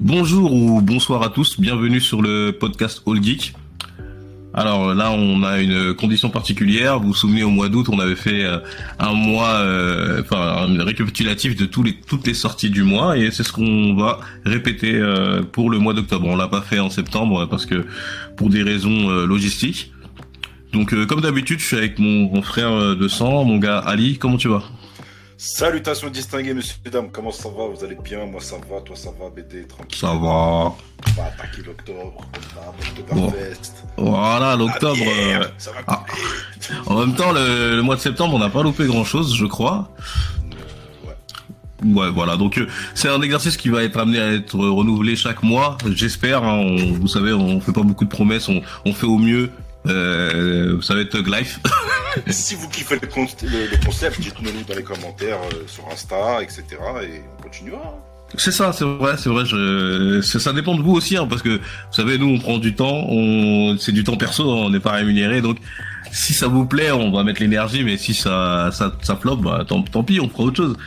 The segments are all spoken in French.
Bonjour ou bonsoir à tous, bienvenue sur le podcast All Geek. Alors là, on a une condition particulière. Vous vous souvenez, au mois d'août, on avait fait un mois, un récapitulatif de toutes les sorties du mois, et c'est ce qu'on va répéter pour le mois d'octobre. On l'a pas fait en septembre parce que pour des raisons logistiques. Donc, comme d'habitude, je suis avec mon frère de sang, mon gars Ali. Comment tu vas? Salutations distinguées, messieurs et dames, comment ça va? Vous allez bien? Moi ça va, toi ça va, BD, tranquille. Ça va. On va attaquer l'octobre, l'Octoberfest. Voilà, l'octobre. Ça va couler. En même temps, le mois de septembre, on n'a pas loupé grand-chose, je crois. Ouais, voilà. Donc, c'est un exercice qui va être amené à être renouvelé chaque mois, j'espère. Hein. Vous savez, on fait pas beaucoup de promesses, on fait au mieux. Ça va être Thug Life. Si vous kiffez le concept, dites-nous dans les commentaires sur Insta, etc. Et on continuera. C'est ça, c'est vrai. Ça dépend de vous aussi, hein, parce que vous savez, nous, on prend du temps, c'est du temps perso, hein, on n'est pas rémunéré, donc si ça vous plaît, on va mettre l'énergie, mais si ça floppe, bah tant pis, on fera autre chose.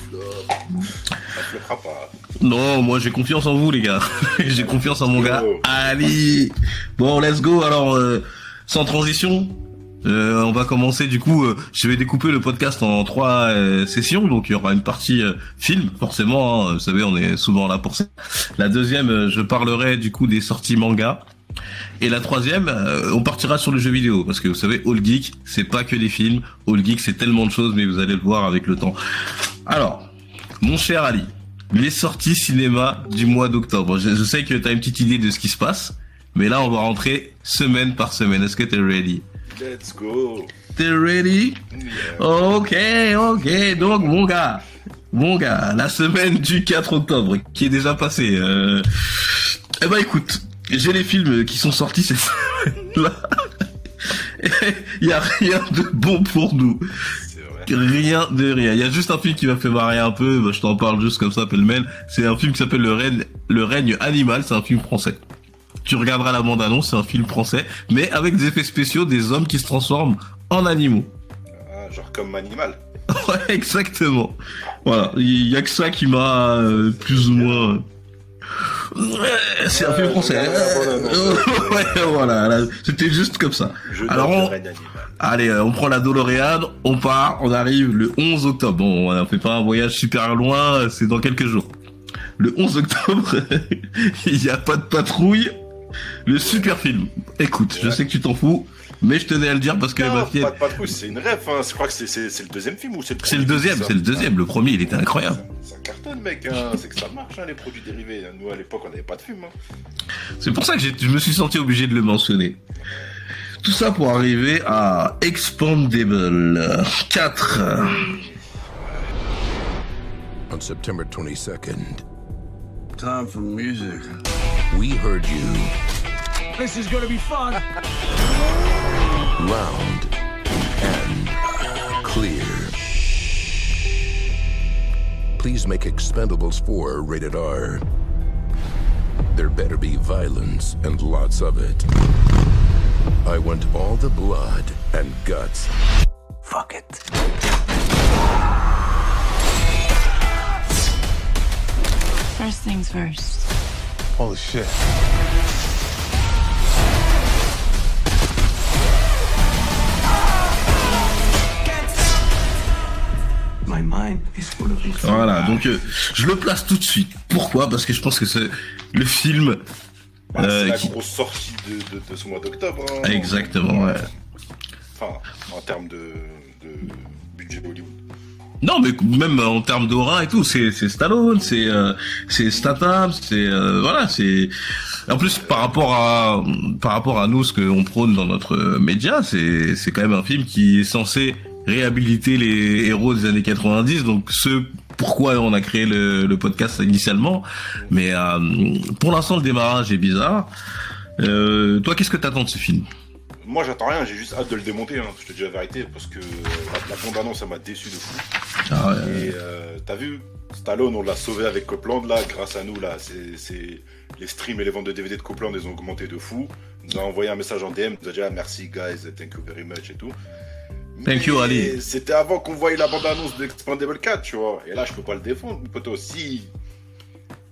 Ça floppera pas. Non, moi j'ai confiance en vous, les gars. J'ai confiance en mon gars. Allez, bon, let's go. Alors, sans transition. On va commencer du coup, je vais découper le podcast en 3 sessions, donc il y aura une partie film, forcément, hein, vous savez, on est souvent là pour ça. La deuxième, je parlerai du coup des sorties manga. Et la troisième, on partira sur le jeu vidéo, parce que vous savez, All Geek, c'est pas que des films, All Geek c'est tellement de choses, mais vous allez le voir avec le temps. Alors, mon cher Ali, les sorties cinéma du mois d'octobre, je sais que t'as une petite idée de ce qui se passe, mais là on va rentrer semaine par semaine, est-ce que t'es ready? Let's go. T'es ready? Yeah. Ok. Donc, mon gars, la semaine du 4 octobre, qui est déjà passée, eh ben, écoute, j'ai les films qui sont sortis cette semaine-là. Il y a rien de bon pour nous. Rien de rien. Il y a juste un film qui m'a fait marrer un peu, bah, je t'en parle juste comme ça, pêle-mêle. C'est un film qui s'appelle Le règne animal, c'est un film français. Tu regarderas la bande-annonce, c'est un film français, mais avec des effets spéciaux, des hommes qui se transforment en animaux. Ah, genre comme Animal. Ouais, exactement. Voilà, il y a que ça qui m'a plus ou moins... c'est un film français. Ouais, voilà, là, c'était juste comme ça. Alors, allez, on prend la DeLorean, on part, on arrive le 11 octobre. Bon, on fait pas un voyage super loin, c'est dans quelques jours. Le 11 octobre, il n'y a pas de patrouille. Le super film. Écoute, je sais que tu t'en fous, mais je tenais à le dire parce que ma fille... Pas de patrouille, c'est une rêve, hein. Je crois que c'est le deuxième film ou c'est le premier? C'est le deuxième. Le premier, il était incroyable. Ça cartonne, mec, hein. C'est que ça marche, hein, les produits dérivés. Nous, à l'époque, on n'avait pas de film. Hein. C'est pour ça que je me suis senti obligé de le mentionner. Tout ça pour arriver à Expandable 4. On September 22nd, time for music. we heard you This is gonna be fun. loud and clear. Please make Expendables 4 rated R. There better be violence and lots of it. I want all the blood and guts. Fuck it. First things first. Holy shit. My mind is full of these. Voilà, donc je le place tout de suite. Pourquoi? Parce que je pense que c'est le film... C'est la grosse sortie de ce mois d'octobre. Hein. Exactement, ouais. Enfin, en termes de budget Hollywood. Non, mais même en termes d'aura et tout, c'est Stallone, c'est Statham, voilà, c'est... En plus, par rapport à nous, ce qu'on prône dans notre média, c'est quand même un film qui est censé réhabiliter les héros des années 90, donc pourquoi on a créé le podcast initialement. Mais pour l'instant, le démarrage est bizarre. Toi, qu'est-ce que t'attends de ce film? Moi, j'attends rien, j'ai juste hâte de le démonter, hein, je te dis la vérité, parce que la bande-annonce, ça m'a déçu de fou. Ah ouais. Et t'as vu, Stallone, on l'a sauvé avec Copland, là, grâce à nous, là, c'est les streams et les ventes de DVD de Copland, ils ont augmenté de fou. Il nous a envoyé un message en DM, il nous a dit, ah, merci, guys, thank you very much, et tout. Thank you, Ali. C'était avant qu'on voyait la bande-annonce d'Expandable 4, tu vois. Et là, je peux pas le défendre, mon poteau. Si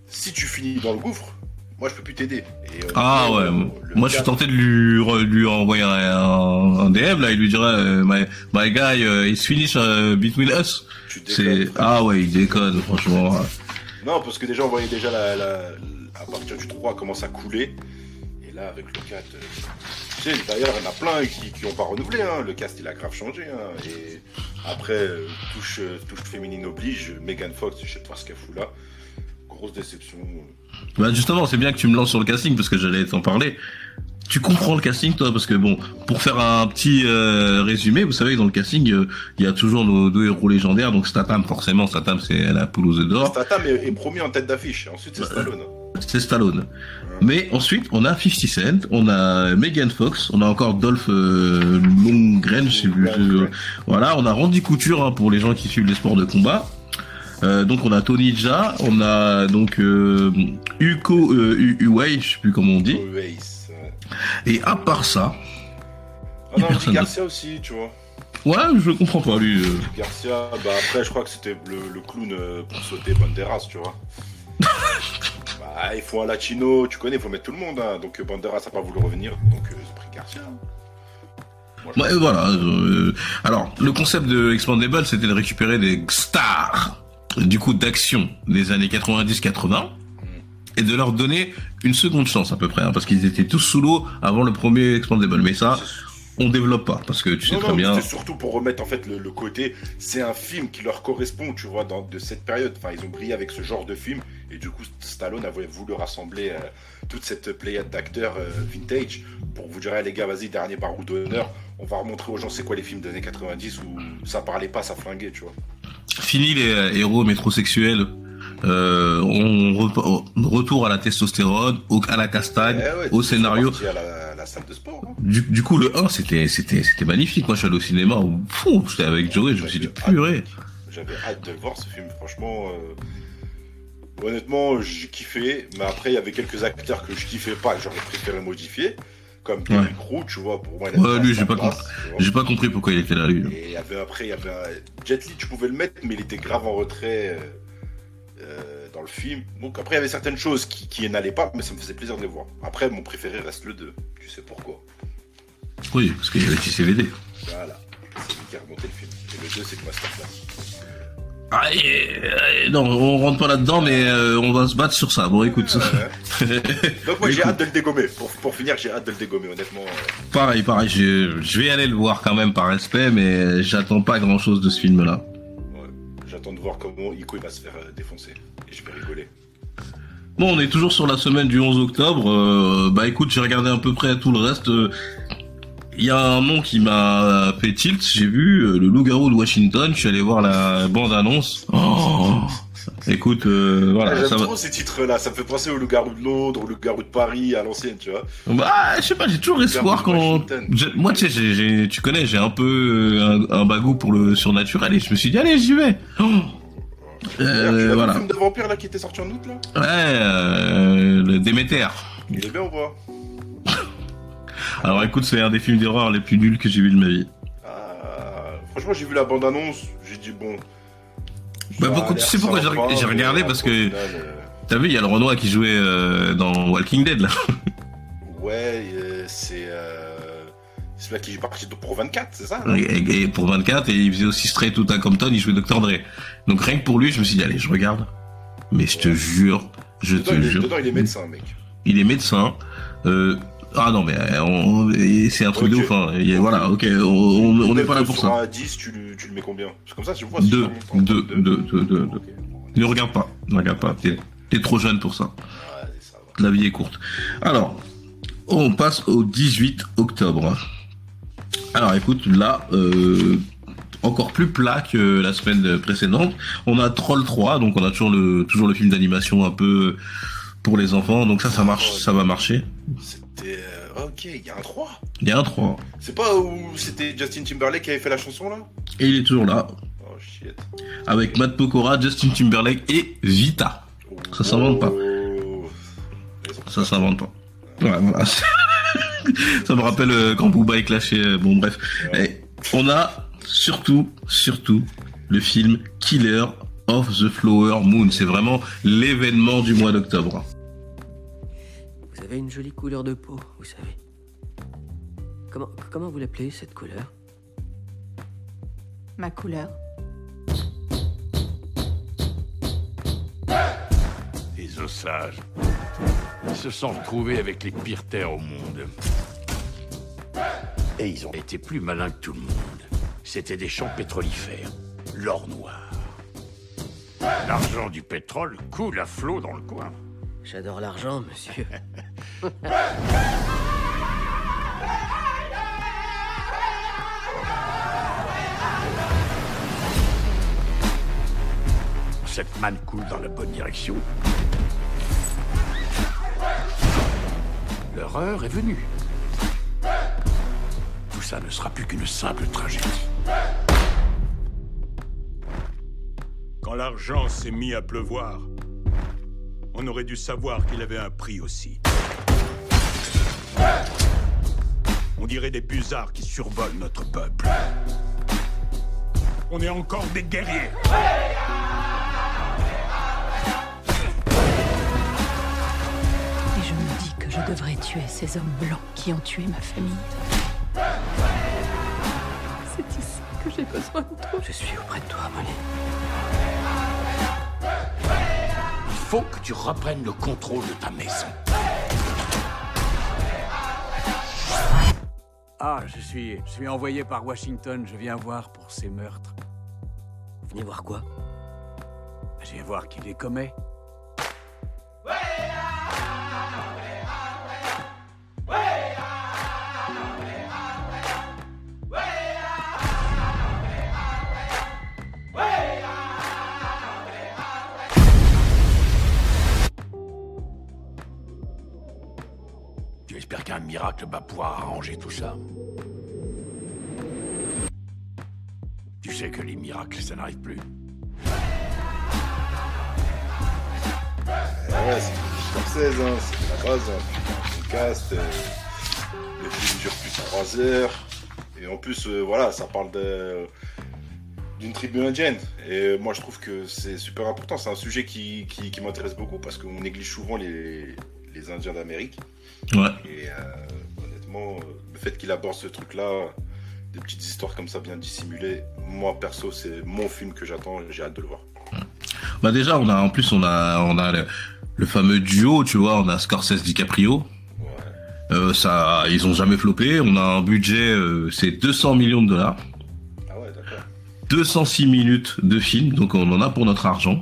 si tu finis dans le gouffre, moi je peux plus t'aider. Et, Ah ouais, moi je suis tenté de lui envoyer un DM là, il lui dirait my guy, it's finished between us. Ah ouais, il déconne franchement. Non, parce que déjà on voyait déjà à partir du 3 commence à couler. Et là avec le 4, tu sais, d'ailleurs il y en a plein qui ont pas renouvelé, hein. Le cast il a grave changé, hein. Et après touche féminine oblige, Megan Fox, je sais pas ce qu'elle fout là. Grosse déception. Bah justement, c'est bien que tu me lances sur le casting parce que j'allais t'en parler. Tu comprends le casting toi, parce que bon, pour faire un petit résumé, vous savez, dans le casting, il y a toujours nos deux héros légendaires. Donc Statham, forcément, Statham c'est la poule aux œufs d'or. Statham est promis en tête d'affiche. Ensuite c'est Stallone. C'est Stallone. Mais ensuite, on a 50 Cent, on a Megan Fox, on a encore Dolph Lundgren, je sais plus. Voilà, on a Randy Couture, hein, pour les gens qui suivent les sports de combat. Donc on a Tony Jaa, on a donc Uko Uwais, je sais plus comment on dit. Et à part ça, ah non, Andy Garcia aussi, tu vois. Ouais, je comprends pas lui. Garcia, bah après je crois que c'était le clown pour sauter Banderas, tu vois. Bah il faut un latino, tu connais, il faut mettre tout le monde, hein. Donc Banderas a pas voulu revenir, donc j'ai pris Garcia. Ouais, voilà. Alors, le concept de Expandables, c'était de récupérer des stars, du coup, d'action des années 90-80, et de leur donner une seconde chance, à peu près, hein, parce qu'ils étaient tous sous l'eau avant le premier Expandable. Mais ça, on développe pas, parce que tu sais très bien. C'est surtout pour remettre, en fait, le côté, c'est un film qui leur correspond, tu vois, de cette période. Enfin, ils ont brillé avec ce genre de film, et du coup, Stallone avait voulu rassembler toute cette pléiade d'acteurs vintage, pour vous dire, les gars, vas-y, dernier barreau d'honneur, on va remontrer aux gens c'est quoi les films des années 90 où ça parlait pas, ça flinguait, tu vois. Fini les héros métrosexuels. Retour à la testostérone, à la castagne, au scénario. À la salle de sport. Hein. Du coup, le 1, c'était magnifique. Moi, je suis allé au cinéma. J'étais avec Joey, je me suis dit, purée. J'avais hâte de le voir, ce film. Franchement, honnêtement, j'ai kiffé. Mais après, il y avait quelques acteurs que je kiffais pas, que j'aurais préféré modifier. Comme Billy Crew, tu vois, pour moi. Lui, j'ai pas compris pourquoi il était là, lui. Et après, il y avait Jet Li, tu pouvais le mettre, mais il était grave en retrait dans le film. Donc après, il y avait certaines choses qui n'allaient pas, mais ça me faisait plaisir de les voir. Après, mon préféré reste le 2. Tu sais pourquoi? Oui, parce qu'il y avait JCVD. Voilà, c'est lui qui a remonté le film. Et le 2, c'est le masterclass. Non, on rentre pas là-dedans, mais on va se battre sur ça. Bon, écoute. Donc moi, j'ai hâte de le dégommer. Pour finir, j'ai hâte de le dégommer, honnêtement. Pareil. Je vais aller le voir quand même par respect, mais j'attends pas grand-chose de ce film-là. Ouais, j'attends de voir comment Iko il va se faire défoncer. Et je vais rigoler. Bon, on est toujours sur la semaine du 11 octobre. Bah écoute, j'ai regardé à peu près tout le reste. Il y a un nom qui m'a fait tilt, j'ai vu le loup-garou de Washington, je suis allé voir la bande-annonce. Écoute, voilà. J'aime trop ces titres-là, ça me fait penser au loup-garou de Londres, au loup-garou de Paris, à l'ancienne, tu vois. Bah, je sais pas, j'ai toujours espoir quand... Moi, tu sais, tu connais, j'ai un peu un bagou pour le surnaturel et je me suis dit, allez, j'y vais. Voilà. Le film de vampire là qui était sorti en août là. Ouais, le Déméter. Il est bien ou pas? Alors écoute, c'est un des films d'horreur les plus nuls que j'ai vu de ma vie. Franchement, j'ai vu la bande-annonce, j'ai dit bon. Bah tu sais pourquoi j'ai regardé parce que t'as vu, il y a le Renoir qui jouait dans Walking Dead là. Ouais, c'est celui-là qui est parti pour 24, c'est ça? Et pour 24, et il faisait aussi Straight Outta Compton, il jouait Dr. Dre. Donc rien que pour lui, je me suis dit allez, je regarde. Mais je te jure, Dedans, il est médecin, mec. Il est médecin. Ah non, mais c'est un truc de ouf, hein. Voilà, ok, on n'est pas là pour ça. À 10, tu le mets combien? C'est comme ça, je vois. 2. Ne regarde pas. T'es trop jeune pour ça. Ouais, ça va. La vie est courte. Alors, on passe au 18 octobre. Alors écoute, là, encore plus plat que la semaine précédente. On a Troll 3, donc on a toujours le film d'animation un peu pour les enfants, donc ça marche, ça va marcher. C'était... ok, il y a un 3. Il y a un 3. C'est pas où c'était Justin Timberlake qui avait fait la chanson là? Et il est toujours là. Oh shit. Avec Matt Pokora, Justin Timberlake et Vita. Ça s'invente pas. Ça s'invente pas. Ouais, voilà. Ça me rappelle quand Booba est clashé. Bon bref. Ouais. Et on a surtout le film Killer of the Flower Moon. C'est vraiment l'événement du mois d'octobre. Vous avez une jolie couleur de peau, vous savez. Comment vous l'appelez, cette couleur? Ma couleur. Les Osages. Ils se sont retrouvés avec les pires terres au monde. Et ils ont été plus malins que tout le monde. C'était des champs pétrolifères. L'or noir. L'argent du pétrole coule à flot dans le coin. J'adore l'argent, monsieur. Cette manne coule dans la bonne direction. Leur heure est venue. Tout ça ne sera plus qu'une simple tragédie. Quand l'argent s'est mis à pleuvoir, on aurait dû savoir qu'il avait un prix aussi. On dirait des busards qui survolent notre peuple. On est encore des guerriers. Et je me dis que je devrais tuer ces hommes blancs qui ont tué ma famille. C'est ici que j'ai besoin de toi. Je suis auprès de toi, Molly. Il faut que tu reprennes le contrôle de ta maison. Ah, je suis envoyé par Washington. Je viens voir pour ces meurtres. Vous venez voir quoi? Je viens voir qui les commet. Tu espères qu'un miracle va pouvoir arranger tout ça? Tu sais que les miracles, ça n'arrive plus. Ouais, c'est Scorsese, hein, c'est la base, hein. Un podcast, le film dure plus de 3 heures, et en plus, voilà, ça parle d'une tribu indienne, et moi je trouve que c'est super important, c'est un sujet qui m'intéresse beaucoup, parce qu'on néglige souvent les Indiens d'Amérique, Ouais. et honnêtement, le fait qu'il aborde ce truc-là, des petites histoires comme ça bien dissimulées, moi perso, c'est mon film que j'attends, j'ai hâte de le voir. Bah déjà, on a le fameux duo, tu vois, on a Scorsese DiCaprio. Ouais. Ça, ils ont jamais floppé. On a un budget, c'est 200 millions de dollars. Ah ouais, d'accord. 206 minutes de film, donc on en a pour notre argent.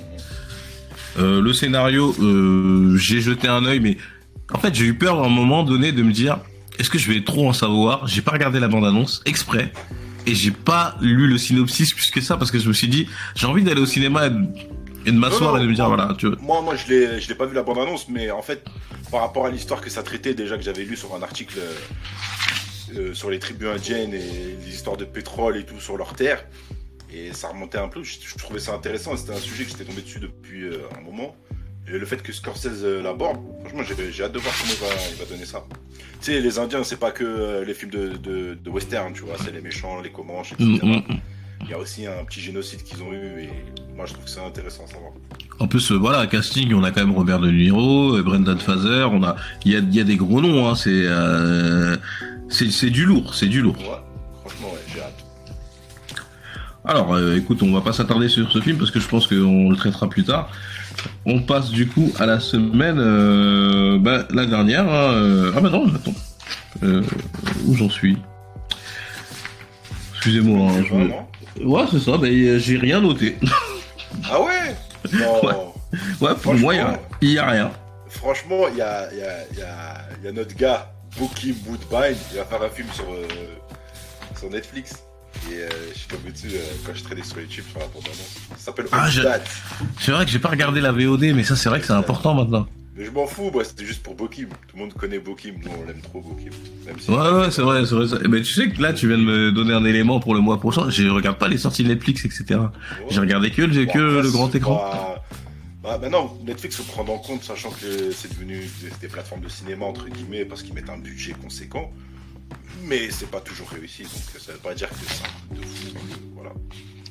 Le scénario, j'ai jeté un œil, mais en fait, j'ai eu peur à un moment donné de me dire, est-ce que je vais trop en savoir? J'ai pas regardé la bande-annonce exprès. Et j'ai pas lu le synopsis plus que ça, parce que je me suis dit, j'ai envie d'aller au cinéma et de m'asseoir et de me dire, voilà, tu vois. Moi, je l'ai pas vu la bande-annonce, mais en fait, par rapport à l'histoire que ça traitait, déjà que j'avais lu sur un article sur les tribus indiennes et les histoires de pétrole et tout sur leurs terres, et ça remontait un peu, je trouvais ça intéressant, c'était un sujet que j'étais tombé dessus depuis un moment. Et le fait que Scorsese l'aborde, franchement, j'ai hâte de voir comment il va donner ça. Tu sais, les Indiens, c'est pas que les films de western, tu vois, c'est les méchants, les Comanches, etc. Il y a aussi un petit génocide qu'ils ont eu, et moi, je trouve que c'est intéressant à savoir. En plus, voilà, casting, on a quand même Robert De Niro, Brendan Fraser, il y a des gros noms, hein, c'est du lourd, c'est du lourd. Ouais, franchement, ouais, j'ai hâte. Alors, écoute, on va pas s'attarder sur ce film parce que je pense qu'on le traitera plus tard. On passe du coup à la semaine, la dernière. Hein, ah bah non, attends. Où j'en suis? Excusez-moi. Ouais, c'est ça. J'ai rien noté. Ah ouais? Non. Ouais, pour moi, il y a rien. Franchement, il y a notre gars, Bokeem Woodbine, il va faire un film sur Netflix. Et je suis tombé dessus quand je traînais sur YouTube sur la bande-annonce. Ça s'appelle Dad. C'est vrai que j'ai pas regardé la VOD, mais ça c'est vrai que c'est important maintenant. Mais je m'en fous, moi c'était juste pour Bokeem. Tout le monde connaît Bokeem, nous on l'aime trop Bokeem. Si ouais, c'est vrai. Mais tu sais que là tu viens de me donner un élément pour le mois prochain. Je regarde pas les sorties de Netflix, etc. Ouais. J'ai regardé que le grand écran. Bah non, Netflix faut prendre en compte, sachant que c'est devenu des plateformes de cinéma entre guillemets parce qu'ils mettent un budget conséquent. Mais c'est pas toujours réussi, donc ça veut pas dire que c'est un truc de fou, voilà.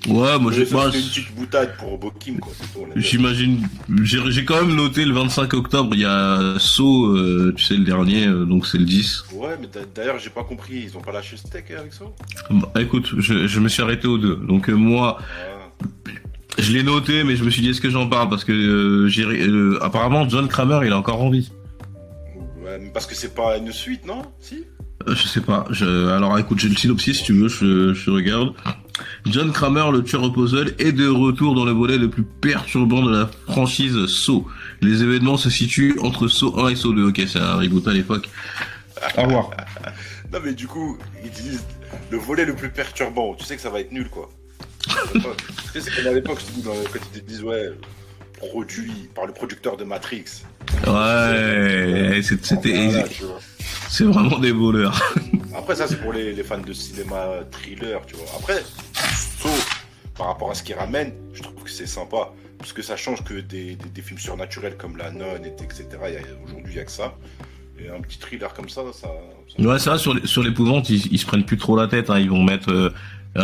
Ouais, moi j'ai pas. C'est une petite boutade pour Bokim, quoi. J'imagine. J'ai quand même noté le 25 octobre, il y a Saw, tu sais, le dernier, donc c'est le 10. Ouais, mais d'ailleurs, j'ai pas compris, ils ont pas lâché steak avec Saw? Bah, écoute, je me suis arrêté aux 2. Donc, moi, je l'ai noté, mais je me suis dit, est-ce que j'en parle? Parce que, apparemment, John Kramer, il a encore envie. Ouais, parce que c'est pas une suite, non? Si? Je sais pas. Alors, écoute, j'ai le synopsis, si tu veux, je regarde. John Kramer, le tueur au puzzle, est de retour dans le volet le plus perturbant de la franchise Saw. Les événements se situent entre Saw 1 et Saw 2. Ok, c'est un reboot à l'époque. Au revoir. Non, mais du coup, ils disent le volet le plus perturbant. Tu sais que ça va être nul, quoi. C'est comme à l'époque, quand ils disent, ouais, produit par le producteur de Matrix. Ouais, c'était... C'est vraiment des voleurs. Après, ça, c'est pour les fans de cinéma thriller, tu vois. Après, sauf par rapport à ce qu'ils ramènent, je trouve que c'est sympa. Parce que ça change que des films surnaturels comme La Nonne, etc. Aujourd'hui, il n'y a que ça. Et un petit thriller comme ça... Ouais, c'est vrai, sur l'épouvante, ils se prennent plus trop la tête. Hein. Ils vont mettre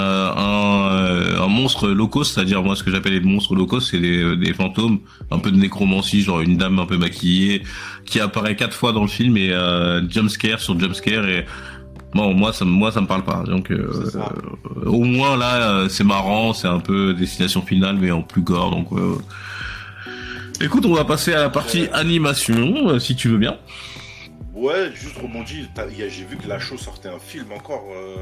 un monstre low cost, c'est-à-dire, moi, ce que j'appelle les monstres low cost, c'est des fantômes, un peu de nécromancie, genre une dame un peu maquillée, qui apparaît 4 fois dans le film, et jumpscare sur jumpscare, et bon, moi ça me parle pas. Donc, au moins, là, c'est marrant, c'est un peu Destination Finale, mais en plus gore, donc... Écoute, on va passer à la partie animation, si tu veux bien. Ouais, juste rebondis, j'ai vu que Lachaud sortait un film encore...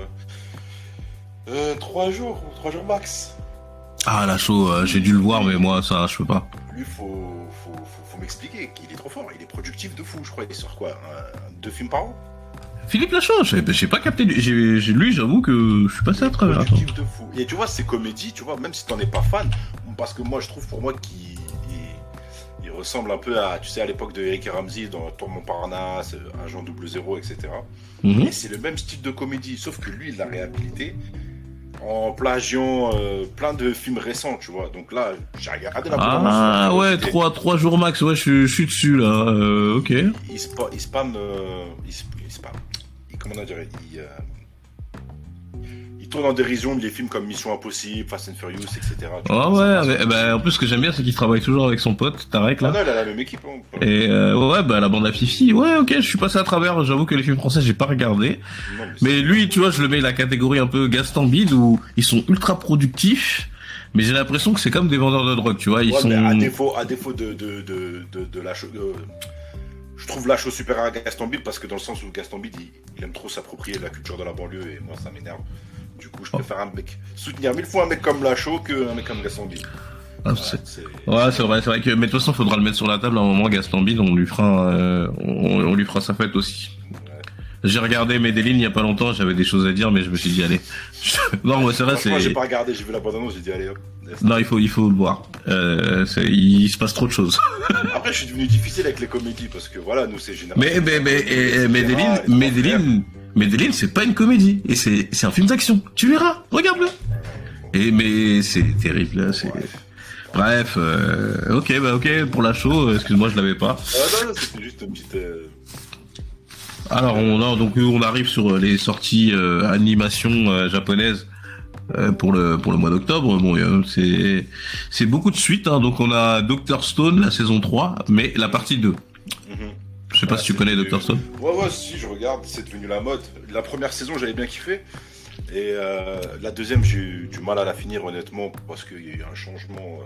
3 jours max. Ah, Lachaud, j'ai dû le voir, mais moi, ça, je peux pas. Lui, faut m'expliquer qu'il est trop fort, il est productif de fou, je crois. Il sort quoi, 2 films par an? Philippe Lachaud, j'ai pas capté. Lui, j'avoue que je suis passé à travers. Productif de fou. Et tu vois, ces comédies, tu vois, même si t'en es pas fan, parce que moi, je trouve pour moi qu'il ressemble un peu à, tu sais, à l'époque de Eric et Ramsey dans Tour Montparnasse, Agent 00, etc. Et c'est le même style de comédie, sauf que lui, il l'a réhabilité en plagiant plein de films récents, tu vois. Donc là, j'ai regardé la bande-annonce. Ah ouais, 3 jours max, ouais, je suis dessus là. Ok. Il spam. Comment on dirait, il tourne en dérision des films comme Mission Impossible, Fast and Furious, etc. Ah ouais, en plus ce que j'aime bien c'est qu'il travaille toujours avec son pote Tarek là. Ah non, il a la même équipe. Hein. Et ouais, la bande à Fifi, ouais, ok, je suis passé à travers. J'avoue que les films français j'ai pas regardé. Non, mais lui, tu vois, je le mets la catégorie un peu Gaston Bide où ils sont ultra productifs. Mais j'ai l'impression que c'est comme des vendeurs de drogue, tu vois. Ils sont. Mais à défaut de la chose. Je trouve Lachaud super à Gaston Bide parce que dans le sens où Gaston Bide il aime trop s'approprier de la culture de la banlieue et moi ça m'énerve. Du coup je préfère soutenir 1000 fois un mec comme Lachaud qu'un mec comme Gaston Bide. Ouais, c'est vrai que, mais de toute façon faudra le mettre sur la table à un moment. Gaston Bide, on lui fera sa fête aussi. Ouais. J'ai regardé Medellin il y a pas longtemps, j'avais des choses à dire mais je me suis dit allez. Non, moi c'est vrai, moi j'ai pas regardé, j'ai vu la bande-annonce, j'ai dit allez hop. Non, il faut le voir. Il se passe trop de choses. Après, je suis devenu difficile avec les comédies parce que voilà, nous c'est général. Medellin, c'est pas une comédie et c'est un film d'action. Tu verras, regarde-le. Mais c'est terrible là. Bref, ok pour Lachaud. Excuse-moi, je l'avais pas. Non, c'était juste une petite. Alors on arrive sur les sorties animation japonaises. Pour le mois d'octobre, bon, c'est beaucoup de suites, hein. Donc on a Dr Stone, la saison 3, mais la partie 2. Je sais pas si tu connais Dr Stone. Ouais, si, je regarde, c'est devenu la mode. La première saison, j'avais bien kiffé. Et la deuxième, j'ai eu du mal à la finir, honnêtement, parce qu'il y a eu un changement.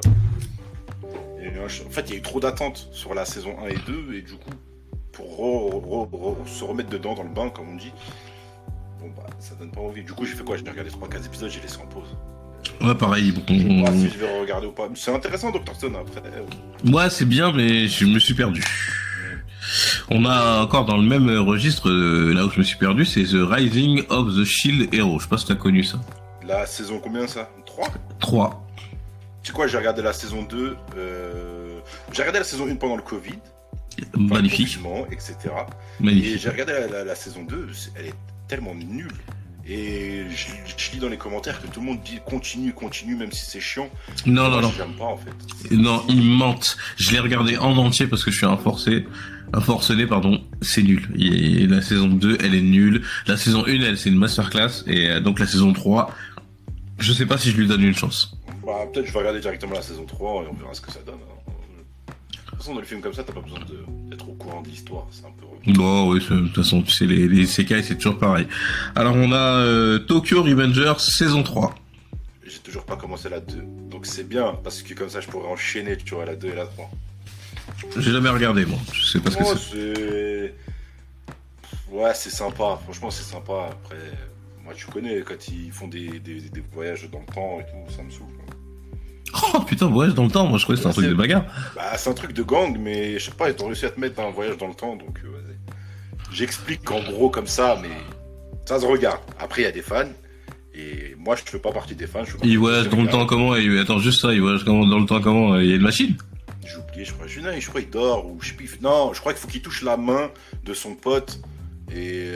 En fait, il y a eu trop d'attentes sur la saison 1 et 2, et du coup, pour se remettre dedans dans le bain, comme on dit, bon ça donne pas envie. Du coup j'ai fait quoi? J'ai regardé 3-4 épisodes, j'ai laissé en pause. Ouais, pareil. Si je vais regarder ou pas. C'est intéressant Dr Stone après. Ouais, c'est bien, mais je me suis perdu. On a encore dans le même registre, là où je me suis perdu, c'est The Rising of the Shield Hero. Je sais pas si t'as connu ça. La saison combien ça? 3. Tu sais quoi, j'ai regardé la saison 2. J'ai regardé la saison 1 pendant le Covid. Magnifique. Etc. Magnifique. Et j'ai regardé la saison 2, elle est tellement nulle. Et je lis dans les commentaires que tout le monde dit continue, même si c'est chiant. Non. J'aime pas en fait. Non, ils mentent. Je l'ai regardé en entier parce que je suis un forcené, pardon. C'est nul. Et la saison 2, elle est nulle. La saison 1, c'est une masterclass. Et donc la saison 3, Je sais pas si je lui donne une chance. Bah, peut-être je vais regarder directement la saison 3 et on verra ce que ça donne. Hein. De toute façon, dans les films comme ça, t'as pas besoin d'être au courant de l'histoire. C'est un peu... Bon, oui, de toute façon, tu sais, les isekai, c'est toujours pareil. Alors, on a Tokyo Revengers saison 3. J'ai toujours pas commencé la 2. Donc c'est bien, parce que comme ça, je pourrais enchaîner, tu vois, la 2 et la 3. J'ai jamais regardé, moi. Je sais pas ce que c'est. Ouais, c'est sympa. Franchement, c'est sympa. Après, moi, tu connais, quand ils font des voyages dans le temps et tout, ça me saoule. Oh putain, voyage dans le temps, moi je croyais que c'était un truc de bagarre. Bah, c'est un truc de gang, mais je sais pas, ils ont réussi à te mettre un voyage dans le temps, donc vas-y. J'explique en gros comme ça, mais ça se regarde. Après, il y a des fans, et moi je fais pas partie des fans. Il voyage dans le temps comment? Attends, juste ça, il voyage dans le temps comment? Il y a une machine? J'ai oublié, je crois qu'il dort, ou je sais plus. Non, je crois qu'il faut qu'il touche la main de son pote, et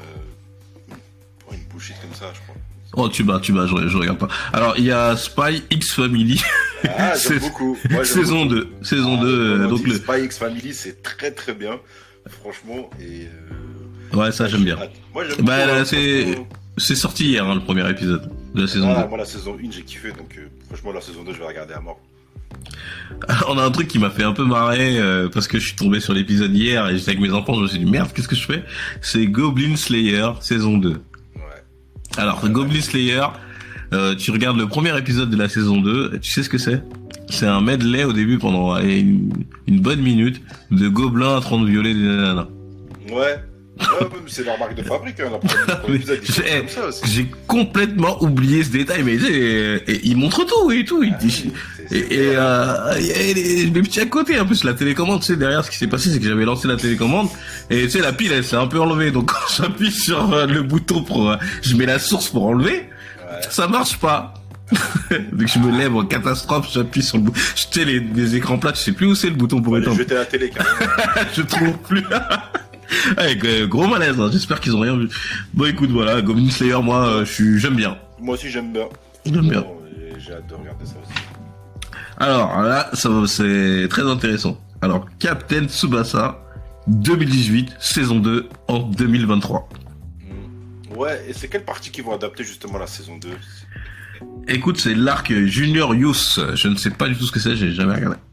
une bullshit comme ça, je crois. Oh, tu bats, je regarde pas. Alors, il y a Spy X Family. Ah, j'aime beaucoup. Moi, saison 2. Saison 2, donc le... Spy X Family, c'est très très bien. Franchement, et... Ouais, ça, j'aime bien. Moi, j'aime bah, beaucoup, c'est sorti hier, hein, le premier épisode de la saison 2. Moi, la saison 1, j'ai kiffé, donc franchement, la saison 2, je vais regarder à mort. On a un truc qui m'a fait un peu marrer, parce que je suis tombé sur l'épisode hier, et j'étais avec mes enfants, je me suis dit, merde, qu'est-ce que je fais? C'est Goblin Slayer, saison 2. Alors, Goblin Slayer, tu regardes le premier épisode de la saison 2, tu sais ce que c'est? C'est un medley au début pendant une bonne minute de gobelins en train de violer des nanas. Ouais, c'est leur marque de fabrique, hein, j'ai complètement oublié ce détail, mais il montre tout et tout. Les petits à côté, en plus la télécommande, tu sais, derrière ce qui s'est passé, c'est que j'avais lancé la télécommande et tu sais, la pile elle s'est un peu enlevée, donc quand j'appuie sur le bouton pour je mets la source pour enlever, ça marche pas. Donc je me lève en catastrophe, j'appuie sur le bouton. Je sais, les écrans plats, je sais plus où c'est le bouton pour éteindre. Jeter la télé carrément. Je trouve plus. Gros malaise, hein. J'espère qu'ils ont rien vu. Bon, écoute, voilà, Goblin Slayer, moi, j'aime bien. Moi aussi, j'aime bien. J'aime bien. J'ai hâte de regarder ça aussi. Alors, là, c'est très intéressant. Alors, Captain Tsubasa, 2018, saison 2, en 2023. Ouais, et c'est quelle partie qu'ils vont adapter justement la saison 2? Écoute, c'est l'arc Junior Youth. Je ne sais pas du tout ce que c'est, j'ai jamais regardé.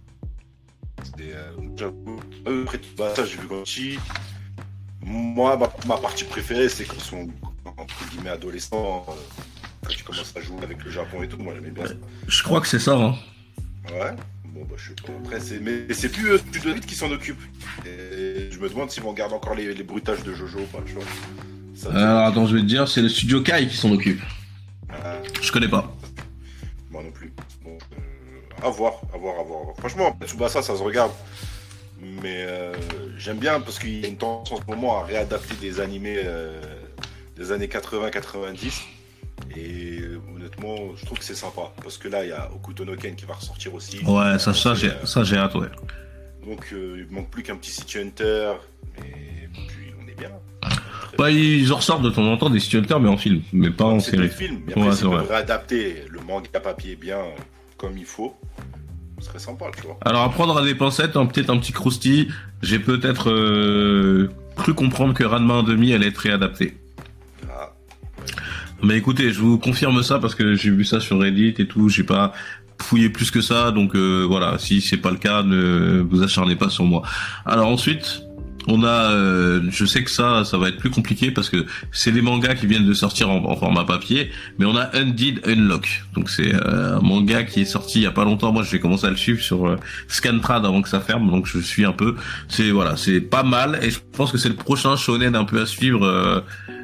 Après Tsubasa, j'ai vu Gonchi. Moi, ma partie préférée, c'est quand ils sont, entre guillemets, adolescents, quand ils commencent à jouer avec le Japon et tout, moi j'aimais bien ça. Je crois que c'est ça, hein. Ouais, bon bah je sais pas. Après, c'est plus Studio qui s'en occupe. Et je me demande s'ils vont garder encore les bruitages de Jojo, pas le choix. Alors attends, je vais te dire, c'est le studio Kai qui s'en occupe. Je connais pas. Moi non plus. Bon, à voir. Franchement, Tsubasa, ça se regarde. Mais j'aime bien parce qu'il y a une tendance en ce moment à réadapter des animés des années 80-90. Et honnêtement, je trouve que c'est sympa. Parce que là, il y a Hokuto no Ken qui va ressortir aussi. Ouais, ça j'ai hâte, ouais. Donc il manque plus qu'un petit City Hunter. Et puis on est bien. Bah, ils ressortent de temps en temps des City Hunter, mais en film, mais pas en série. C'est des films, mais après, s'ils peuvent réadapter le manga papier bien comme il faut, ce serait sympa, tu vois. Alors, à prendre à des pincettes, peut-être un petit croustille, j'ai peut-être cru comprendre que Ranma 1/2 allait être réadapté. Ah, ouais. Mais écoutez, je vous confirme ça parce que j'ai vu ça sur Reddit et tout, j'ai pas fouillé plus que ça, donc voilà, si c'est pas le cas, ne vous acharnez pas sur moi. Alors ensuite... On a, je sais que ça va être plus compliqué parce que c'est des mangas qui viennent de sortir en format papier, mais on a Undead Unlock. Donc c'est un manga qui est sorti il y a pas longtemps. Moi, j'ai commencé à le suivre sur Scantrad avant que ça ferme, donc je suis un peu. C'est pas mal et je pense que c'est le prochain shonen un peu à suivre.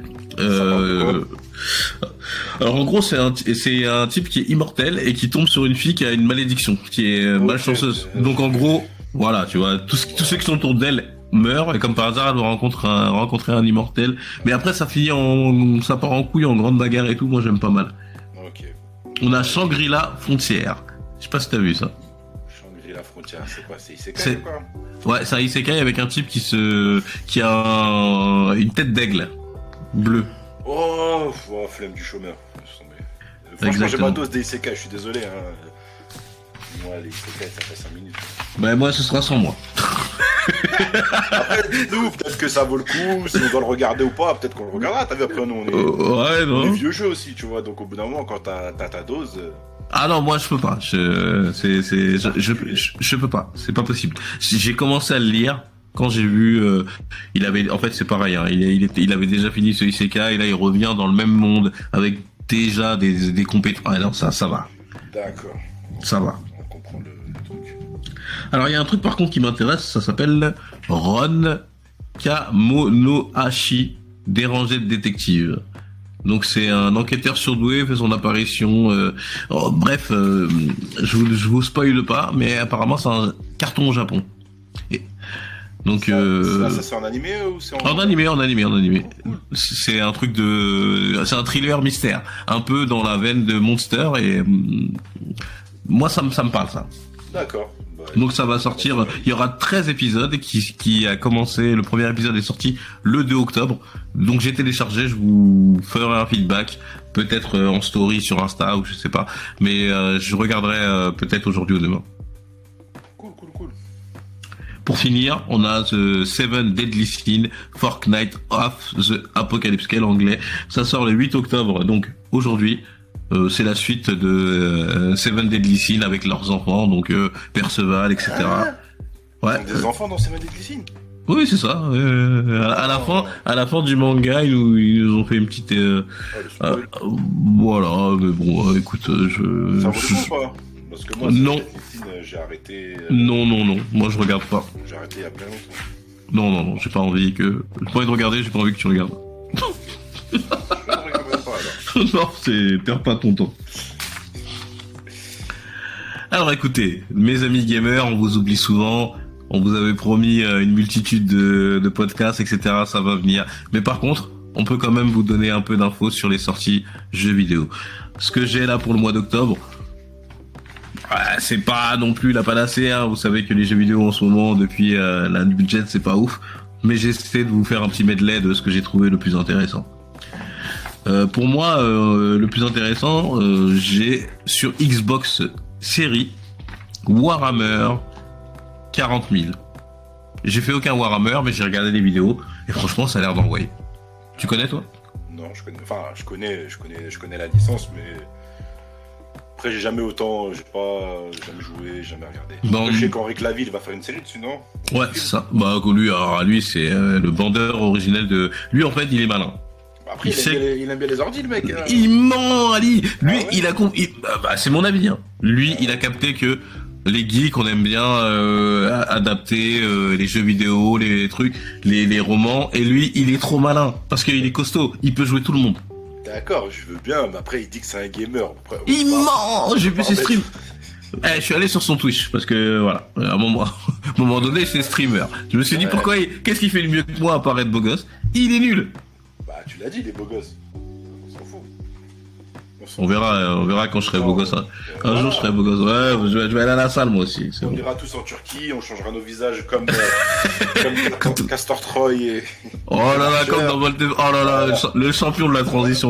Alors en gros, c'est un type qui est immortel et qui tombe sur une fille qui a une malédiction, qui est malchanceuse. Donc en gros, voilà, tu vois, tous ceux qui sont autour d'elle meurt et comme par hasard elle va rencontrer un immortel, mais après ça part en couille en grande bagarre et tout. Moi j'aime pas mal. Okay. On a Shangri-La Frontière, je sais pas si t'as vu ça. Shangri-La Frontière, c'est quoi? C'est Isekai quoi? Ouais, c'est un Isekai avec un type qui a une tête d'aigle bleue. Oh, flemme du chômeur. Franchement, j'ai ma dose des Isekai, je suis désolé, hein. Moi les Isekai ça fait 5 minutes. Bah moi ce sera sans moi. Après, dites-nous, peut-être que ça vaut le coup, si on doit le regarder ou pas, peut-être qu'on le regardera. T'as vu, après, nous, on est vieux jeu aussi, tu vois. Donc, au bout d'un moment, quand t'as ta dose. Ah non, moi je peux pas. Je peux pas. C'est pas possible. J'ai commencé à le lire quand j'ai vu. Il avait, en fait, c'est pareil. Hein, il avait déjà fini ce Isekai et là il revient dans le même monde avec déjà des compétences. Ah non, ça va. D'accord. Ça va. On comprend le truc. Alors il y a un truc par contre qui m'intéresse. Ça s'appelle Ron Kamonohashi, dérangé de détective. Donc c'est un enquêteur surdoué, fait son apparition. Bref, je vous spoile pas, mais apparemment c'est un carton au Japon. Et donc ça c'est en animé ou c'est en animé. C'est un truc c'est un thriller mystère, un peu dans la veine de Monster et moi ça me parle ça. D'accord. Donc ça va sortir, il y aura 13 épisodes qui a commencé, le premier épisode est sorti le 2 octobre. Donc j'ai téléchargé, je vous ferai un feedback, peut-être en story sur Insta ou je sais pas, mais je regarderai peut-être aujourd'hui ou demain. Cool. Pour finir, on a The Seven Deadly Sins, Fortnite of the Apocalypse, quel anglais. Ça sort le 8 octobre, donc aujourd'hui. C'est la suite de Seven Deadly Sins avec leurs enfants, donc Perceval, etc. Ouais. Des enfants dans Seven Deadly Sins. Oui, c'est ça. À la fin du manga, ils nous ont fait une petite. Voilà, mais bon, écoute, Ça vaut le coup pas. Parce que moi, non. J'ai arrêté. Non, moi je regarde pas. J'ai arrêté il y a bien longtemps. Non, j'ai pas envie que. J'ai pas envie de regarder, j'ai pas envie que tu regardes. Non, perds pas ton temps. Alors écoutez, mes amis gamers, on vous oublie souvent. On vous avait promis une multitude de podcasts, etc. Ça va venir. Mais par contre, on peut quand même vous donner un peu d'infos sur les sorties jeux vidéo. Ce que j'ai là pour le mois d'octobre, c'est pas non plus la panacée. Hein. Vous savez que les jeux vidéo en ce moment, depuis la budget, c'est pas ouf. Mais j'essaie de vous faire un petit medley de ce que j'ai trouvé le plus intéressant. Pour moi, le plus intéressant, j'ai sur Xbox Series Warhammer 40 000. J'ai fait aucun Warhammer, mais j'ai regardé des vidéos et franchement, ça a l'air d'envoyer. Tu connais toi ? Non, je connais la licence, mais après j'ai jamais jamais joué, jamais regardé. Bon. Je sais qu'Henri Cavill va faire une série dessus, non ? Ouais, c'est ça. Bah lui, c'est le bandeur originel de. Lui, en fait, il est malin. Après, il aime bien les ordi, le mec. Il ment, Ali. Lui, il a compris. C'est mon avis. Hein. Lui, il a capté que les geeks, on aime bien adapter les jeux vidéo, les trucs, les romans. Et lui, il est trop malin parce qu'il est costaud. Il peut jouer tout le monde. D'accord, je veux bien. Mais après, il dit que c'est un gamer. Après, il ment. J'ai vu ses streams. Je suis allé sur son Twitch parce que voilà, à un moment donné, c'est streamer. Je me suis dit qu'est-ce qu'il fait le mieux que moi à part être beau gosse ? Il est nul. Bah, tu l'as dit, les beaux gosses. On s'en fout. On verra quand je serai beau gosse. Hein. Un jour, je serai beau gosse. Ouais, je vais aller à la salle, moi aussi. On ira tous en Turquie, on changera nos visages comme Castor Troy et... Oh là là, comme dans Volte... Oh là là, le champion de la transition.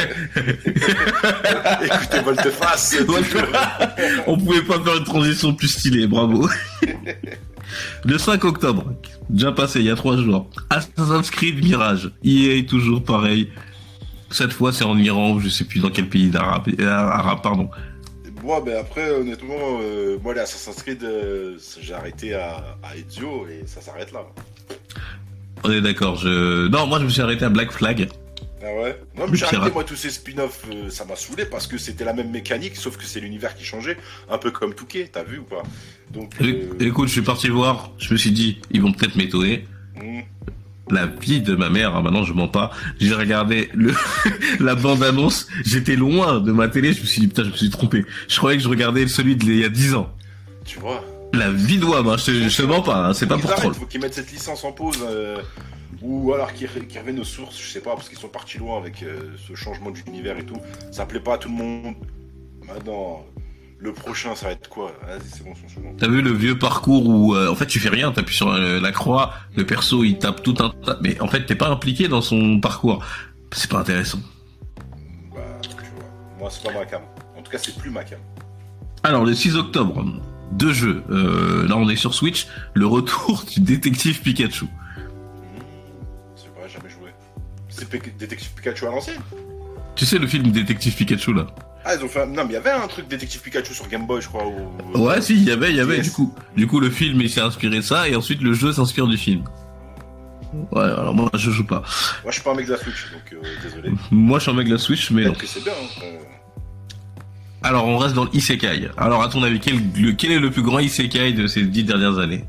Écoutez, Volte-Face. On pouvait pas faire une transition plus stylée, bravo. Le 5 octobre, déjà passé il y a 3 jours, Assassin's Creed Mirage, EA toujours pareil. Cette fois c'est en Iran ou je sais plus dans quel pays arabe, pardon. Moi, ben après, honnêtement, moi les Assassin's Creed, j'ai arrêté à Ezio et ça s'arrête là. On est d'accord, non, moi je me suis arrêté à Black Flag. Ah ouais? Non, mais j'ai arrêté, moi, tous ces spin-offs, ça m'a saoulé parce que c'était la même mécanique, sauf que c'est l'univers qui changeait, un peu comme Touquet, t'as vu ou pas? Donc, écoute, je suis parti voir, je me suis dit, ils vont peut-être m'étonner. La vie de ma mère, hein, maintenant je mens pas, j'ai regardé la bande-annonce, j'étais loin de ma télé, je me suis dit, putain, je me suis trompé. Je croyais que je regardais celui d'il y a 10 ans. Tu vois? La vie de WAM, hein, je te mens pas, hein, c'est pas pour troll. Il faut qu'ils mettent cette licence en pause, ou alors qu'ils reviennent aux sources, je sais pas, parce qu'ils sont partis loin avec ce changement d'univers et tout. Ça plaît pas à tout le monde. Maintenant, le prochain, ça va être quoi? Vas-y, c'est bon. T'as vu le vieux parcours où, en fait, tu fais rien, t'appuies sur la croix, le perso, il tape tout un tas, mais en fait, t'es pas impliqué dans son parcours. C'est pas intéressant. Bah, tu vois, moi, c'est pas ma cam. En tout cas, c'est plus ma cam. Alors, le 6 octobre, 2 jeux. Là, on est sur Switch. Le retour du détective Pikachu. C'est vrai, jamais joué. C'est Détective Pikachu à l'ancienne. Tu sais le film Détective Pikachu là? Ah, ils ont fait. Non, mais il y avait un truc Détective Pikachu sur Game Boy, je crois. Ouais, si, il y avait. Yes. Du coup, le film il s'est inspiré de ça et ensuite le jeu s'inspire du film. Ouais, alors moi je joue pas. Moi, je suis pas un mec de la Switch, donc désolé. Moi, je suis un mec de la Switch, mais non. Que c'est bien. Hein. Alors, on reste dans le Isekai. Alors, à ton avis, quel est le plus grand Isekai de ces 10 dernières années?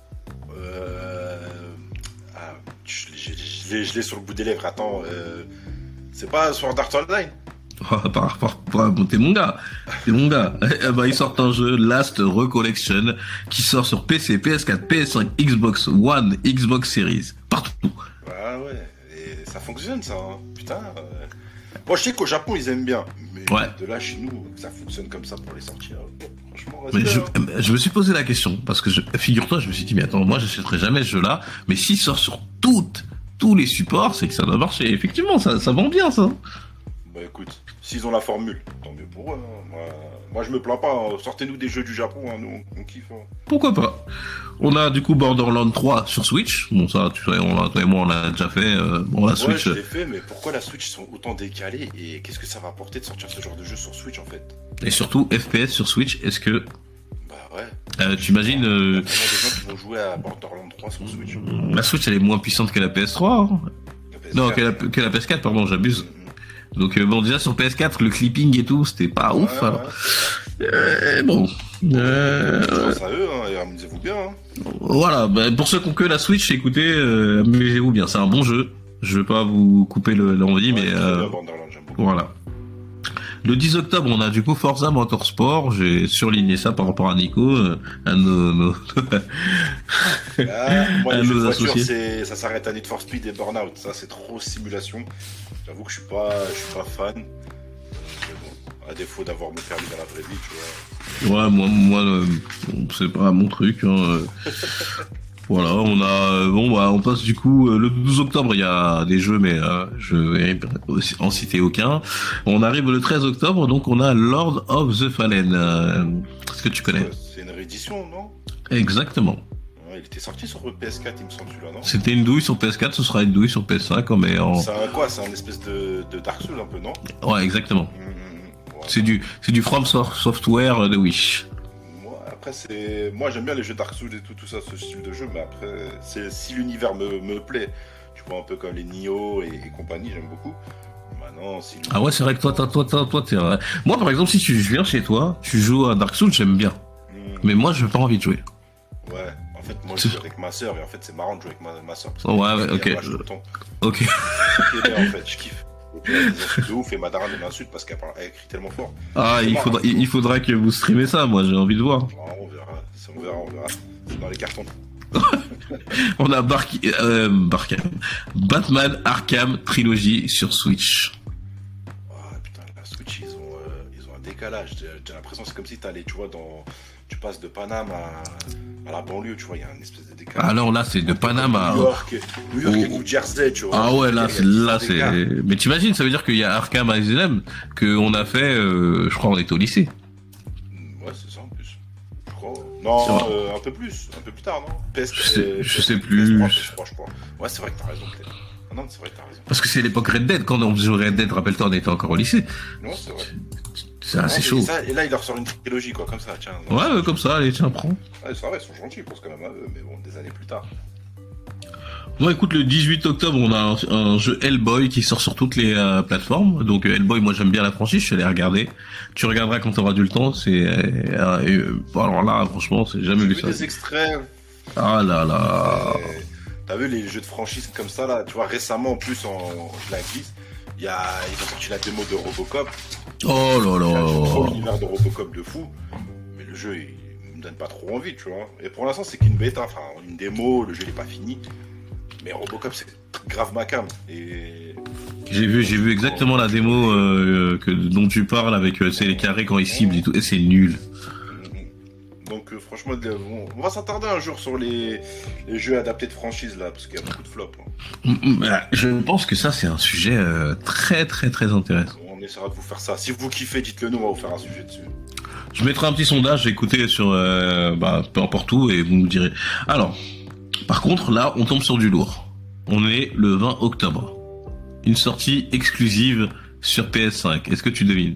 Je l'ai sur le bout des lèvres. Attends, c'est pas Sword Art Online? T'es mon gars. Ils sortent un jeu, Last Recollection, qui sort sur PC, PS4, PS5, Xbox One, Xbox Series, partout. Ah ouais, et ça fonctionne ça, hein. Putain. Moi je sais qu'au Japon ils aiment bien, mais de là chez nous, ça fonctionne comme ça pour les sortir. Franchement, mais je me suis posé la question, parce que figure-toi, je me suis dit, mais attends, moi j'achèterai jamais ce jeu-là, mais s'il sort sur tous les supports, c'est que ça doit marcher. Effectivement, ça vend bien ça. Bah écoute, s'ils ont la formule, tant mieux pour eux. Hein. Moi je me plains pas, hein. Sortez-nous des jeux du Japon, hein. Nous on kiffe. Hein. Pourquoi pas. On a du coup Borderlands 3 sur Switch. Bon ça, toi et moi on l'a déjà fait. La Switch. Je l'ai fait, mais pourquoi la Switch sont autant décalés et qu'est-ce que ça va apporter de sortir ce genre de jeu sur Switch en fait? Et surtout FPS sur Switch, est-ce que... Bah ouais. Tu imagines... Il y a des gens qui vont jouer à Borderlands 3 sur Switch. La Switch elle est moins puissante que la PS3. Hein. Non, que la PS4, pardon, j'abuse. Donc déjà sur PS4 le clipping et tout c'était pas ouf alors. Bon grâce à eux, hein, et amusez-vous bien hein. Voilà, pour ceux qui ont que la Switch, écoutez, amusez-vous bien, c'est un bon jeu. Je vais pas vous couper l'envie, mais voilà. Le 10 octobre, on a du coup Forza Motorsport. J'ai surligné ça par rapport à Nico, à nos moi, à les jeux de nos voiture, associés. ça s'arrête à Need for Speed et Burnout. Ça, c'est trop simulation. J'avoue que je suis pas fan. Mais bon, à défaut d'avoir mon permis dans la vraie vie, tu vois. Ouais, moi, c'est pas mon truc. Hein. Voilà, on a on passe du coup le 12 octobre, il y a des jeux, mais je vais en citer aucun. On arrive le 13 octobre, donc on a Lord of the Fallen. Est-ce que tu connais? C'est une réédition, non? Exactement. Il était sorti sur PS4, il me semble, celui-là, non? C'était une douille sur PS4, ce sera une douille sur PS5, mais en... C'est un quoi? C'est un espèce de Dark Souls un peu, non? Ouais, exactement. Ouais. C'est du From Software de Wish. Après, moi j'aime bien les jeux Dark Souls et tout ça, ce style de jeu, mais après, si l'univers me plaît, tu vois, un peu comme les Nioh et compagnie, j'aime beaucoup. Maintenant, si Ah ouais, c'est vrai que toi, t'es vrai. Moi, par exemple, si je viens chez toi, tu joues à Dark Souls, j'aime bien. Mais moi, je n'ai pas envie de jouer. Ouais, en fait, moi, je joue avec ma soeur, et en fait, c'est marrant de jouer avec ma soeur. Ouais, ok. Ok. En fait, je kiffe. Et puis, elle insulte de ouf, et ma daronne m'insulte parce qu'elle crie tellement fort. Ah, il faudra que vous streamez ça, moi, j'ai envie de voir. On verra. C'est dans les cartons. On a Batman Arkham Trilogy sur Switch. Oh putain, la Switch, ils ont un décalage. J'ai l'impression que c'est comme si tu passes de Paname à la banlieue, tu vois, il y a une espèce de décalage. Alors là, c'est de Paname à... New York et New Jersey, tu vois. Ah ouais, là, c'est... Mais t'imagines, ça veut dire qu'il y a Arkham Asylum qu'on a fait, je crois, on était au lycée. Ouais, c'est ça en plus. Je crois. Non, un peu plus tard, non? Je sais plus. PS3, je crois. Ouais, c'est vrai que t'as raison, peut-être. Non, c'est vrai que t'as raison. Parce que c'est l'époque Red Dead, quand on jouait Red Dead, rappelle-toi, on était encore au lycée. Non, c'est vrai. C'est assez chaud. Et là, il leur sort une trilogie, quoi, comme ça, tiens. Ouais, comme ça, allez, tiens, prends. Ouais, c'est vrai, ils sont gentils, je pense quand même à eux, mais bon, des années plus tard. Bon, écoute, le 18 octobre, on a un jeu Hellboy qui sort sur toutes les plateformes. Donc Hellboy, moi j'aime bien la franchise, je suis allé regarder. Tu regarderas quand tu auras du temps. Alors là, franchement, c'est jamais vu ça. J'ai vu des extraits. Ah là là. T'as vu les jeux de franchise comme ça là? Tu vois, récemment en plus, je la glisse. Ils ont sorti la démo de Robocop. Oh là là. J'ai trop l'univers de Robocop de fou. Mais le jeu, il me donne pas trop envie, tu vois. Et pour l'instant, c'est qu'une bêta, enfin une démo, le jeu n'est pas fini. Mais Robocop, c'est grave ma cam. Et... J'ai vu exactement la démo dont tu parles avec les carrés quand ils ciblent et tout, et c'est nul. Donc franchement, on va s'attarder un jour sur les jeux adaptés de franchise là, parce qu'il y a beaucoup de flops. Je pense que ça c'est un sujet très très très intéressant. On est essaiera de vous faire ça. Si vous kiffez, dites-le nous, on va vous faire un sujet dessus. Je mettrai un petit sondage, écoutez sur peu importe où et vous nous direz. Alors, par contre, là, on tombe sur du lourd. On est le 20 octobre. Une sortie exclusive sur PS5. Est-ce que tu devines?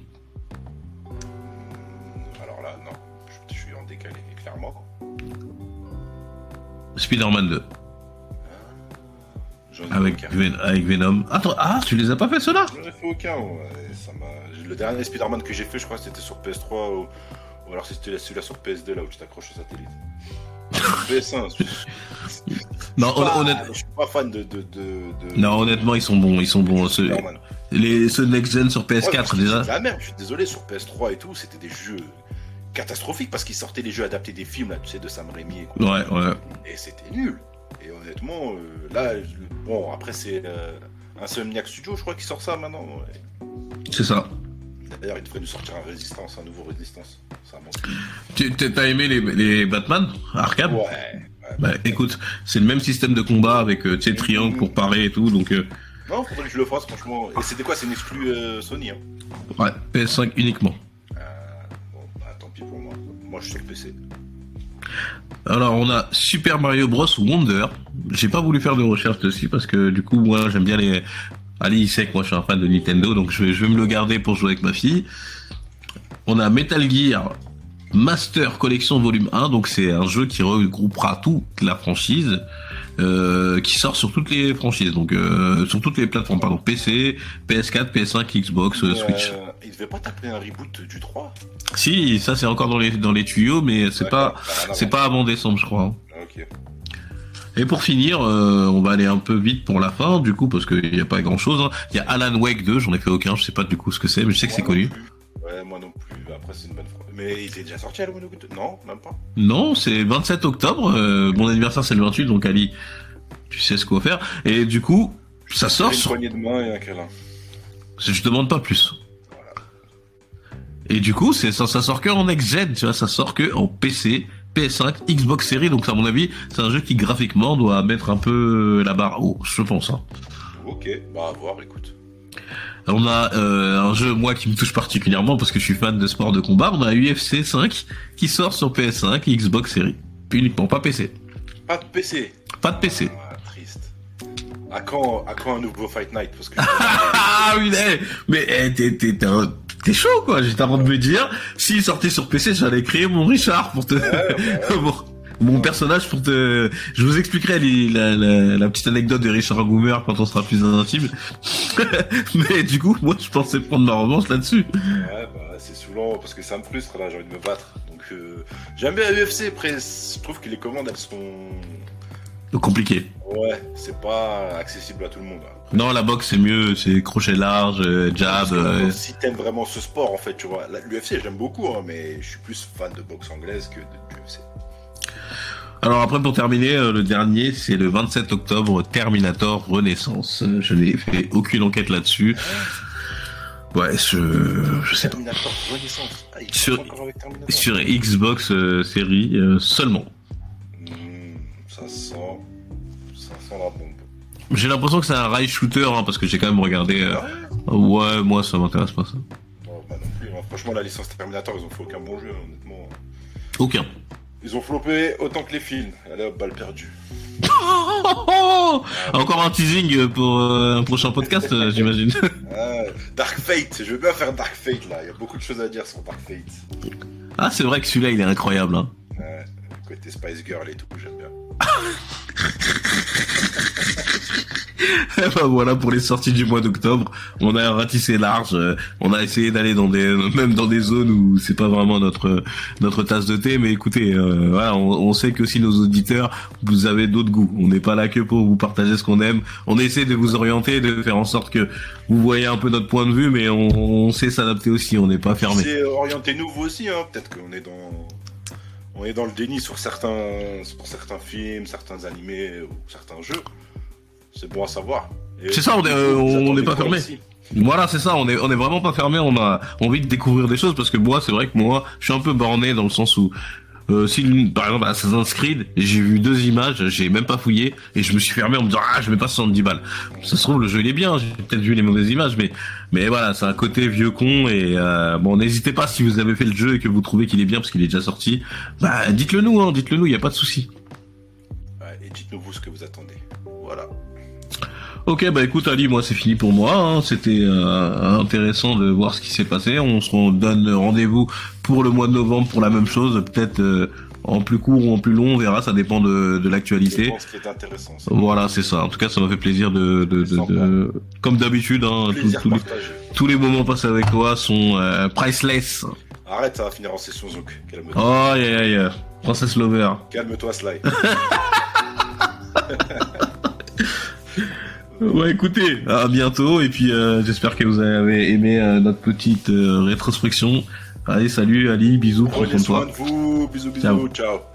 Alors là, non. Je suis en décalé, clairement. Spider-Man 2. Avec Venom. Attends, tu les as pas fait ceux-là? J'en ai fait aucun. Le dernier Spider-Man que j'ai fait, je crois que c'était sur PS3 ou alors c'était celui-là sur PS2 là où tu t'accroches au satellite. PS1. Non, honnêtement, je suis pas fan de. Non, honnêtement, ils sont bons. Ceux Next Gen sur PS4 déjà. C'est la merde. Je suis désolé, sur PS3 et tout, c'était des jeux catastrophiques parce qu'ils sortaient des jeux adaptés des films là, tu sais, de Sam Raimi. Et quoi. Ouais. Et c'était nul. Et honnêtement, là, bon, après c'est Insomniac Studio, je crois, qui sort ça maintenant. Ouais. C'est ça. D'ailleurs, il devrait nous sortir un nouveau Résistance. Ça T'as aimé les Batman Arkham? Ouais. Bah écoute, c'est le même système de combat avec tu sais triangle pour parer et tout, donc. Non, faudrait que je le fasse franchement. Et c'était quoi? C'est une exclu Sony. Hein. Ouais, PS5 uniquement. Bon, bah tant pis pour moi. Moi, je suis sur PC. Alors on a Super Mario Bros Wonder. J'ai pas voulu faire de recherche dessus parce que du coup moi j'aime bien les. Ali il sait que moi je suis un fan de Nintendo, donc je vais me le garder pour jouer avec ma fille. On a Metal Gear Master Collection Volume 1, donc c'est un jeu qui regroupera toute la franchise, qui sort sur toutes les franchises, donc sur toutes les plateformes, pardon, PC, PS4, PS5, Xbox, Switch. Il devait pas t'appeler un reboot du 3? Si, ça c'est encore dans les tuyaux, mais c'est pas avant décembre, je crois. Ok. Et pour finir, on va aller un peu vite pour la fin, du coup, parce qu'il n'y a pas grand-chose. Hein. Il y a Alan Wake 2, j'en ai fait aucun, je sais pas du coup ce que c'est, mais je sais que c'est connu. Ouais, moi non plus. Après, c'est une bonne fois. Mais il est déjà sorti Alan Wake 2? Non, même pas. Non, c'est 27 octobre. Mon anniversaire, c'est le 28, donc Ali, tu sais ce qu'on va faire. Et du coup, ça sort sur... Une poignée de main et un câlin. Je demande pas plus. Voilà. Et du coup, ça sort que en next-gen, tu vois, ça sort que en PC, PS5, Xbox Series, donc à mon avis, c'est un jeu qui graphiquement doit mettre un peu la barre haut, je pense. Hein. Ok, bah à voir, écoute. On a un jeu, moi, qui me touche particulièrement parce que je suis fan de sport de combat. On a UFC 5 qui sort sur PS5 et Xbox Series. Uniquement, pas PC. Pas de PC. Pas de PC. Ah, triste. À quand un nouveau Fight Night? Parce que ah oui, mais t'es chaud, quoi. J'étais avant de me dire, s'il sortait sur PC, j'allais créer mon Richard pour te... mon personnage pour te... Je vous expliquerai la petite anecdote de Richard Goomer quand on sera plus intime. Mais du coup, moi, je pensais prendre ma revanche là-dessus. Ouais, bah, c'est saoulant parce que ça me frustre, là, j'ai envie de me battre. Donc, j'aime bien l'UFC, après, je trouve que les commandes, elles sont... compliquées. Ouais, c'est pas accessible à tout le monde. Hein. Non, la boxe, c'est mieux, c'est crochet large, jab... Si t'aimes vraiment ce sport, en fait, tu vois, l'UFC, j'aime beaucoup, hein, mais je suis plus fan de boxe anglaise que de l'UFC. Alors après, pour terminer, le dernier, c'est le 27 octobre, Terminator Renaissance. Je n'ai fait aucune enquête là-dessus. Ouais, je sais pas. Terminator Renaissance. Ah, sur Xbox série seulement. Ça sent la bombe. J'ai l'impression que c'est un rail shooter, hein, parce que j'ai quand même regardé... ouais, moi, ça m'intéresse pas, ça. Non, bah non plus. Hein. Franchement, la licence Terminator, ils ont fait aucun bon jeu, honnêtement. Aucun. Ils ont floppé autant que les films. Allez hop, balle perdue. Encore un teasing pour un prochain podcast, j'imagine. Dark Fate, je veux bien faire Dark Fate là. Il y a beaucoup de choses à dire sur Dark Fate. Ah, c'est vrai que celui-là, il est incroyable. Hein. Côté Spice Girl et tout, j'aime bien. Ben voilà pour les sorties du mois d'octobre. On a ratissé large. On a essayé d'aller même dans des zones où c'est pas vraiment notre tasse de thé. Mais écoutez, voilà, on sait que aussi nos auditeurs, vous avez d'autres goûts. On n'est pas là que pour vous partager ce qu'on aime. On essaie de vous orienter, de faire en sorte que vous voyez un peu notre point de vue, mais on sait s'adapter aussi. On n'est pas fermé. C'est orientez-nous vous aussi. Hein. Peut-être qu'on est dans le déni sur certains films, certains animés ou certains jeux. C'est bon à savoir. C'est ça, on n'est pas fermé. Aussi. Voilà, c'est ça, on est vraiment pas fermé. On a envie de découvrir des choses parce que moi, c'est vrai que moi, je suis un peu borné dans le sens où Par exemple, Assassin's Creed, j'ai vu 2 images, j'ai même pas fouillé, et je me suis fermé en me disant, je mets pas 70 balles. Ça se trouve, le jeu, il est bien, j'ai peut-être vu les mauvaises images, mais voilà, c'est un côté vieux con, et bon, n'hésitez pas si vous avez fait le jeu et que vous trouvez qu'il est bien, parce qu'il est déjà sorti, dites-le nous, y a pas de souci. Ouais, et dites-nous vous ce que vous attendez. Voilà. Ok, écoute Ali, moi c'est fini pour moi, hein. C'était intéressant de voir ce qui s'est passé, on se donne rendez-vous pour le mois de novembre pour la même chose, peut-être en plus court ou en plus long, on verra, ça dépend de l'actualité. Je pense qu'il est intéressant. Ça. Voilà, c'est ça, en tout cas ça m'a fait plaisir de comme d'habitude, hein, tous les moments passés avec toi sont priceless. Arrête, ça va finir en session Zouk. Calme-toi. Oh, aïe, Princess Lover. Calme-toi, Sly. Écoutez, à bientôt, et puis j'espère que vous avez aimé notre petite rétrospection. Allez, salut Ali, bisous, prends soin de toi. Prenez soin de vous, bisous, ciao. Ciao.